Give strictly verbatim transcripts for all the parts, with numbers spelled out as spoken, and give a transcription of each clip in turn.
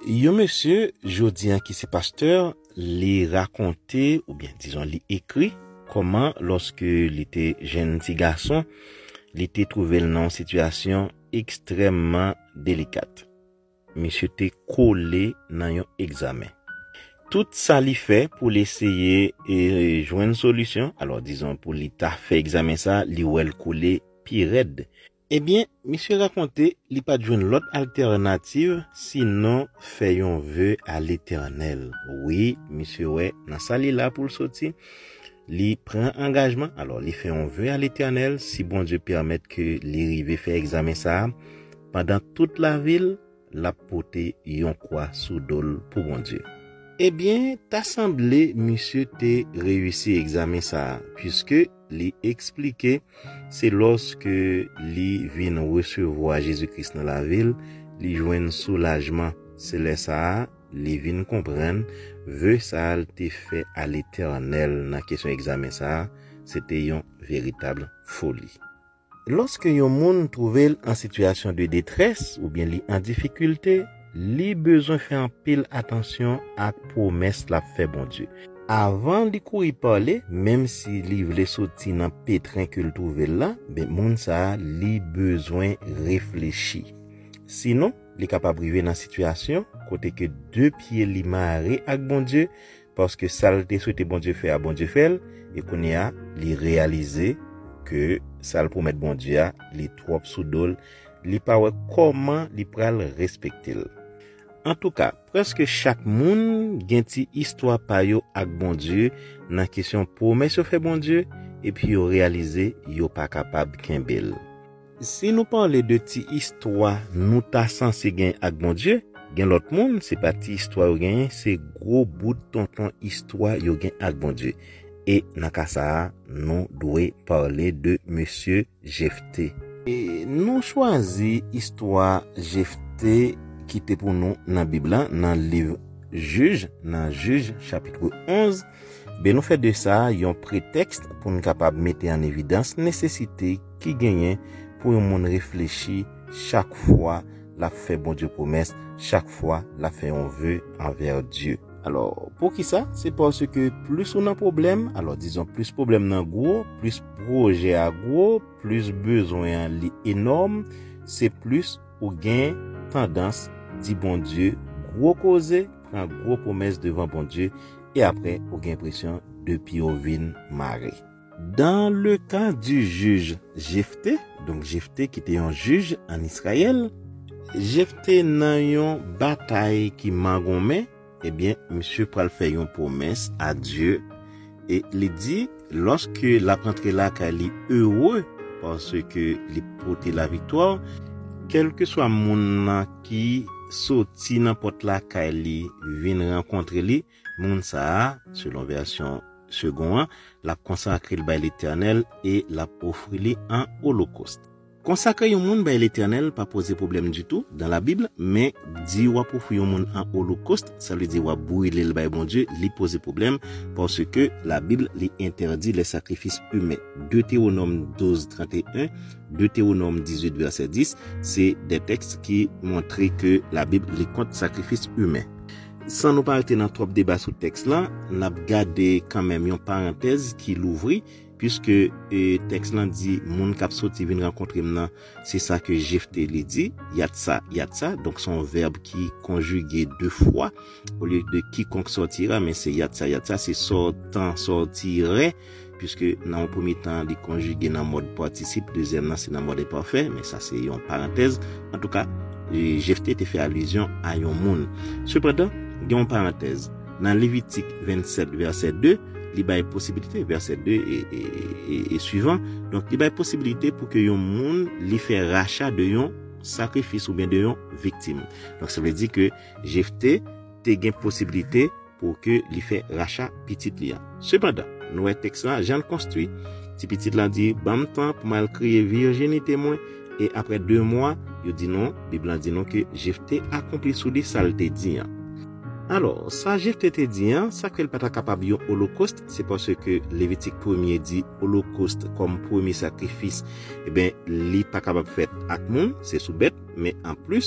Yon monsieur, jodi an qui c'est pasteur, li raconté, ou bien disons li écrit, comment lorsque il était jeune petit garçon, il était trouvé dans situation extrêmement délicate. Monsieur était collé dans un examen. Tout ça li fait pour l'essayer et joindre une solution. Alors disons pour l'état fait examen ça, li wel collé pi raide. Eh bien, monsieur raconté, li pas joindre l'autre alternative sinon fait un vœu à l'Éternel. Oui, monsieur ouais, dans ça li là pour le sortir. Li prend engagement. Alors li fait un vœu à l'Éternel si bon Dieu permet que li rive fait examen ça pendant toute la ville, la porter yon croix sous dol pour bon Dieu. Eh bien, t'as semblé, monsieur, t'es réussi examen ça, puisque li expliqué, c'est lorsque li vient recevoir Jésus-Christ dans la ville, li joine soulagement, c'est là ça, li vient comprendre, veut ça te fait à l'Éternel dans question examen ça, c'était une véritable folie. Lorsque yon moun trouve en situation de détresse, ou bien li en difficulté, li besoin faire un pile attention à promesse la fait bon Dieu. Avant de courir parler, même si li vle sorti dans pétrin que le trouve là, ben moun sa li besoin réfléchir. Sinon, li capable arriver dans situation côté que deux pieds li maré avec bon Dieu parce que ça le souhaité bon Dieu fait à bon Dieu fait et qu'on y a li réaliser que ça le promet bon Dieu a li trop sous dol, li pa wè comment li pral respecter. En tout cas, presque chaque monde gen ti histoire pa yo ak bon Dieu nan question promesse yo fait bon Dieu et puis yo réaliser yo pas capable kembel. Si nous parler de ti histoire nous ta censé gen ak bon Dieu, gen l'autre monde c'est pas ti histoire yo gen, c'est gros bout de tonton histoire yo gen ak bon Dieu. Et nan ka sa nous doit parler de monsieur Jephté. Et nous choisi histoire Jephté qui était pour nous dans la Bible, dans le livre Juge, dans Juge chapitre onze. Ben nous fait de ça un prétexte pour nous capable mettre en évidence nécessité qui gagne pour un monde réfléchir chaque fois la fait bon Dieu promesse, chaque fois la fait on veut envers Dieu. Alors, pour qui ça? C'est parce que plus on a problème, alors disons plus problème nan gros, plus projet à gros, plus besoin li énorme, c'est plus ou gain tendance dit bon Dieu, gros cause, prend gros promesse devant bon Dieu et après ou gain impression depuis au vin maré. Dans le cas du juge Jephté, donc Jephté qui était un juge en Israël, Jephté nan yon bataille qui magomé. Eh bien, monsieur pral fait une promesse à Dieu et il dit lorsque la rentre là qu'elle est heureux parce que il porte la victoire, quel que soit moun qui sorti n'importe là qu'elle vient rencontrer lui, moun ça selon version second, la consacrer le bail l'Éternel et la offrir lui en holocauste. Consacrer un monde by l'Éternel pas poser problème du tout dans la Bible, mais dit ou pour un monde en holocauste, ça veut dire ou brûler le by bon Dieu, lui poser problème parce que la Bible lui interdit les sacrifices humains. Deutéronome douze trente et un, Deutéronome dix-huit verset dix, c'est des textes qui montrent que la Bible les compte sacrifices humains. Sans nous parler dans trop débat sur texte là, on a gardé quand même une parenthèse qui l'ouvrit puisque euh, texte là dit moun k'ap sorti vinn rencontrer maintenant, c'est ça que Jephté lui dit, yatsa yatsa, donc son verbe qui conjugué deux fois au lieu de quiconque sortira, mais c'est yatsa yatsa, c'est sortant sortirait puisque dans le premier temps il conjugué dans mode participe, deuxième là c'est dans mode parfait, mais ça c'est une parenthèse. En tout cas, Jephté te fait allusion à un monde. Cependant, il y a une parenthèse dans Lévitique vingt-sept verset deux, il y a une possibilité, verset deux et, et, et, et suivant. Donc, il y a une possibilité pour que yon moun li fait rachat de yon sacrifice ou bien de yon victime. Donc, ça veut dire que Jephté te gen possibilité pour que li fait rachat petit liya. Cependant, nous avons texte là, Jean construit. Si petit là dit, bam temps pour mal crier virginité témoin. Et après deux mois, il dit non, Bible dit non que Jephté accompli sous lui ça le dit. Alors, ça Jephté te dit, hein, ça qu'elle pas capable yon holocauste, c'est parce que Lévitique premier dit holocauste comme premier sacrifice, eh ben, li pas capable faire avec moun, c'est sous bête, mais en plus,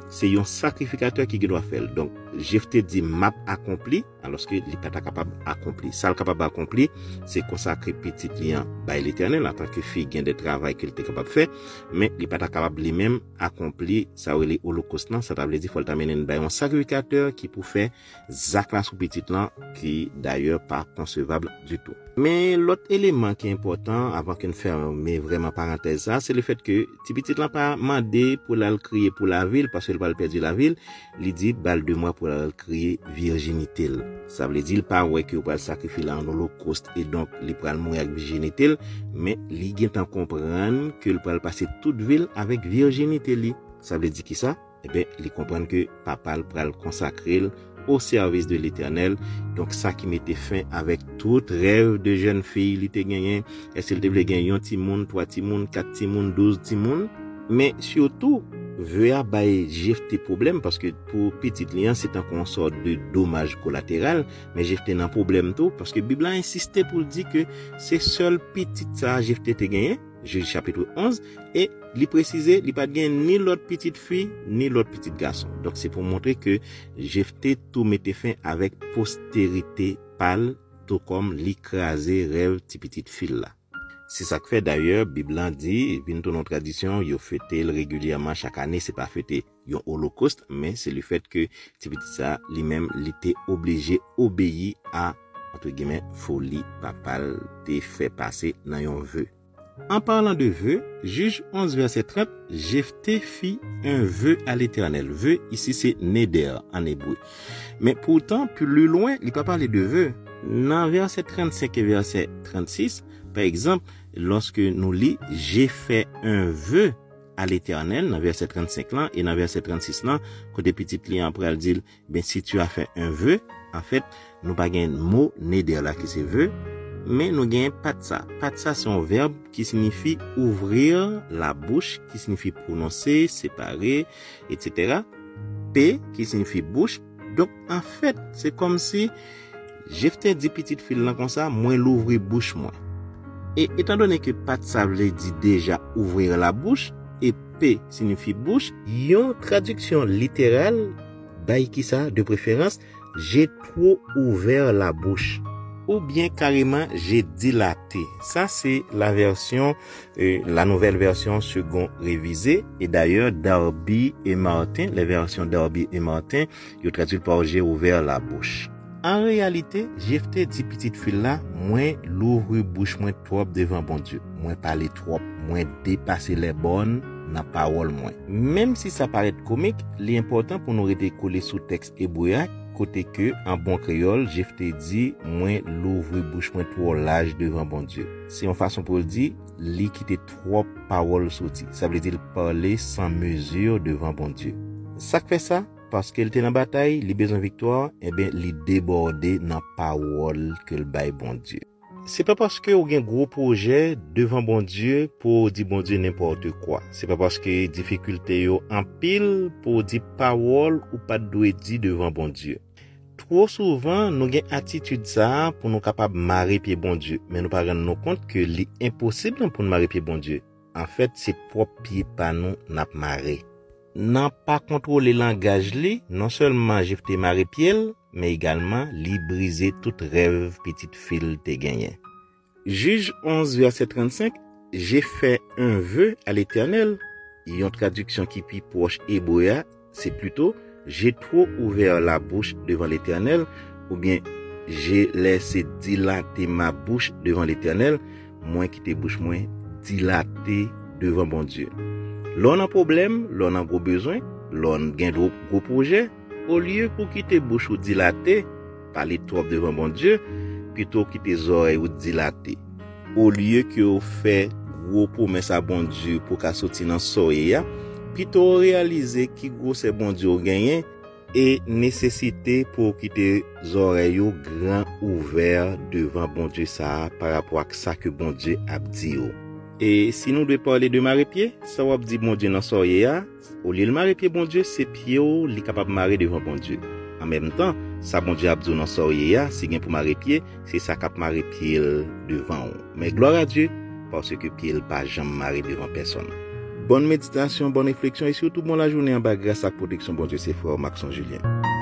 c'est un sacrificateur qui doit faire. Donc, Jephthé dit m'a accompli, alors que il n'est pas capable d'accomplir. Ça, le capable d'accomplir, c'est consacrer petit client by l'Éternel en tant que fille, gain de travail qu'il était capable de faire, mais il n'est pas capable lui-même accomplir, ça veut dire holocauste, ça veut dire qu'il faut t'amener un sacrificateur qui pour faire zac là sous petit là, qui d'ailleurs pas concevable du tout. Mais l'autre élément qui est important, avant qu'on ferme vraiment parenthèse ça, c'est le fait que petit là pas mandé pour la crier pour la ville, parce qu'il va perdre la ville, il dit balle de moi pour la crier virginité. Ça veut dire pas ouais que va sacrifier là en holocauste et donc il va mourir avec virginité, mais il vient en comprendre que il va passer toute ville avec virginité li. Ça veut dire qui ça? Eh bien, il comprend que papa va le consacrer au service de l'Éternel. Donc ça qui mettait fin avec tout rêve de jeune fille, il était gagné. Est-ce qu'il devait gagner un petit monde, trois petits monde, quatre petits monde, douze petits monde? Mais surtout, veut abayer Jephthé problème parce que pour petit lien c'est un sort de dommage collatéral, mais Jephthé n'a problème tout parce que Bible a insisté pour dire que c'est seul petit ça Jephthé te gagné. Juge chapitre onze, et il précisait, il pas gagné ni l'autre petite fille, ni l'autre petit garçon. Donc, c'est pour montrer que Jephthé tout mettait fin avec postérité pâle, tout comme l'écrasé rêve de petite fille là. C'est ça que fait d'ailleurs, Bible dit, et puis dans notre tradition, il fêté régulièrement chaque année, c'est pas fêté un holocauste, mais c'est le fait que petit ça, lui-même, il était obligé obéir à, entre guillemets, folie, papal, te fait passer dans un vœu. En parlant de vœux, Juge onze verset trente, Jephthé fit un vœu à l'Éternel. Vœu ici c'est neder en hébreu. Mais pourtant plus loin, il pas parler de vœu. Dans verset trente-cinq et verset trente-six, par exemple, lorsque nous lit j'ai fait un vœu à l'Éternel dans verset trente-cinq là et dans verset trente-six là, côté petit client après elle dit ben si tu as fait un vœu, en fait, nous pas gain mot neder là qui c'est vœu. Mais nous gagnons patsa. Patsa, c'est un verbe qui signifie ouvrir la bouche, qui signifie prononcer, séparer, et cetera. P, qui signifie bouche. Donc, en fait, c'est comme si Jephthé dit petite fille là comme ça, moins l'ouvrir bouche moins. Et étant donné que patsa veut dire déjà ouvrir la bouche, et P signifie bouche, yon traduction littérale, bail qui ça, de préférence, j'ai trop ouvert la bouche. Ou bien carrément j'ai dilaté. Ça c'est la version, euh, la nouvelle version second révisée. Et d'ailleurs Darby et Martin, les versions Darby et Martin, ils traduisent par j'ai ouvert la bouche. En réalité, Jephthé dit petite fille là, moins l'ouvre bouche moins trop devant bon Dieu, moins parler trop, moins dépasser les bornes, na parole moins. Même si ça paraît comique, l'important pour nous rester collé sous texte hébreu côté que en bon créole Jephthé dit moins l'ouvre bouche moins trop large devant bon Dieu. C'est une façon pour le dire li quitter trop parole sorti. Ça veut dire parler sans mesure devant bon Dieu. Ça fait ça parce qu'il était dans bataille, il besoin victoire, et bien il déborder dans parole que le bail bon Dieu. C'est pas parce que ou un gros projet devant bon Dieu pour dire bon Dieu n'importe quoi. C'est pas parce que difficulté yo en pile pour dire parole ou pas doit dire devant bon Dieu. Trop souvent nous gain attitude ça pour nous capable marrer pied bon Dieu, mais nous pas rendre compte que c'est impossible pour nous marrer pied bon Dieu. En fait, c'est propre pied pas nous n'a marrer. N'a pas contrôler langage li, non seulement Jephthé marrer pied, mais également li briser toute rêve petite fille te gagné. Juge onze verset trente-cinq, j'ai fait un vœu à l'Éternel. Il y a une traduction qui est proche hébreu, c'est plutôt j'ai trop ouvert la bouche devant l'Éternel, ou bien j'ai laissé dilater ma bouche devant l'Éternel, moins qui te bouche moins dilater devant bon Dieu. L'on a problème, l'on a gros besoin, l'on a gros, gros projet, au lieu pour quitter bouche ou dilater, parler trop devant bon Dieu, plutôt quitter oreilles ou dilater. Au lieu que vous fait gros promesse à bon Dieu pour qu'à sortir dans soleil, plutôt réaliser qui gros c'est bon Dieu gagné et nécessité pour quitter oreilles grand ouvert devant bon Dieu ça par rapport à ça que bon Dieu a dit. Et si nous devons parler de marrer-pied, ça va dire bon Dieu dans soleil, au lieu de marrer-pied bon Dieu, c'est pied ou li capable marrer devant bon Dieu. En même temps, ça bon Dieu a dit dans soleil, si gain pour marrer-pied, c'est ça cap marrer-pied devant. Mais gloire à Dieu parce que pied pas jamais marrer devant personne. bonne méditation, bonne réflexion et surtout bon la journée en bas grâce à la protection bon Dieu c'est frère Maxon Julien.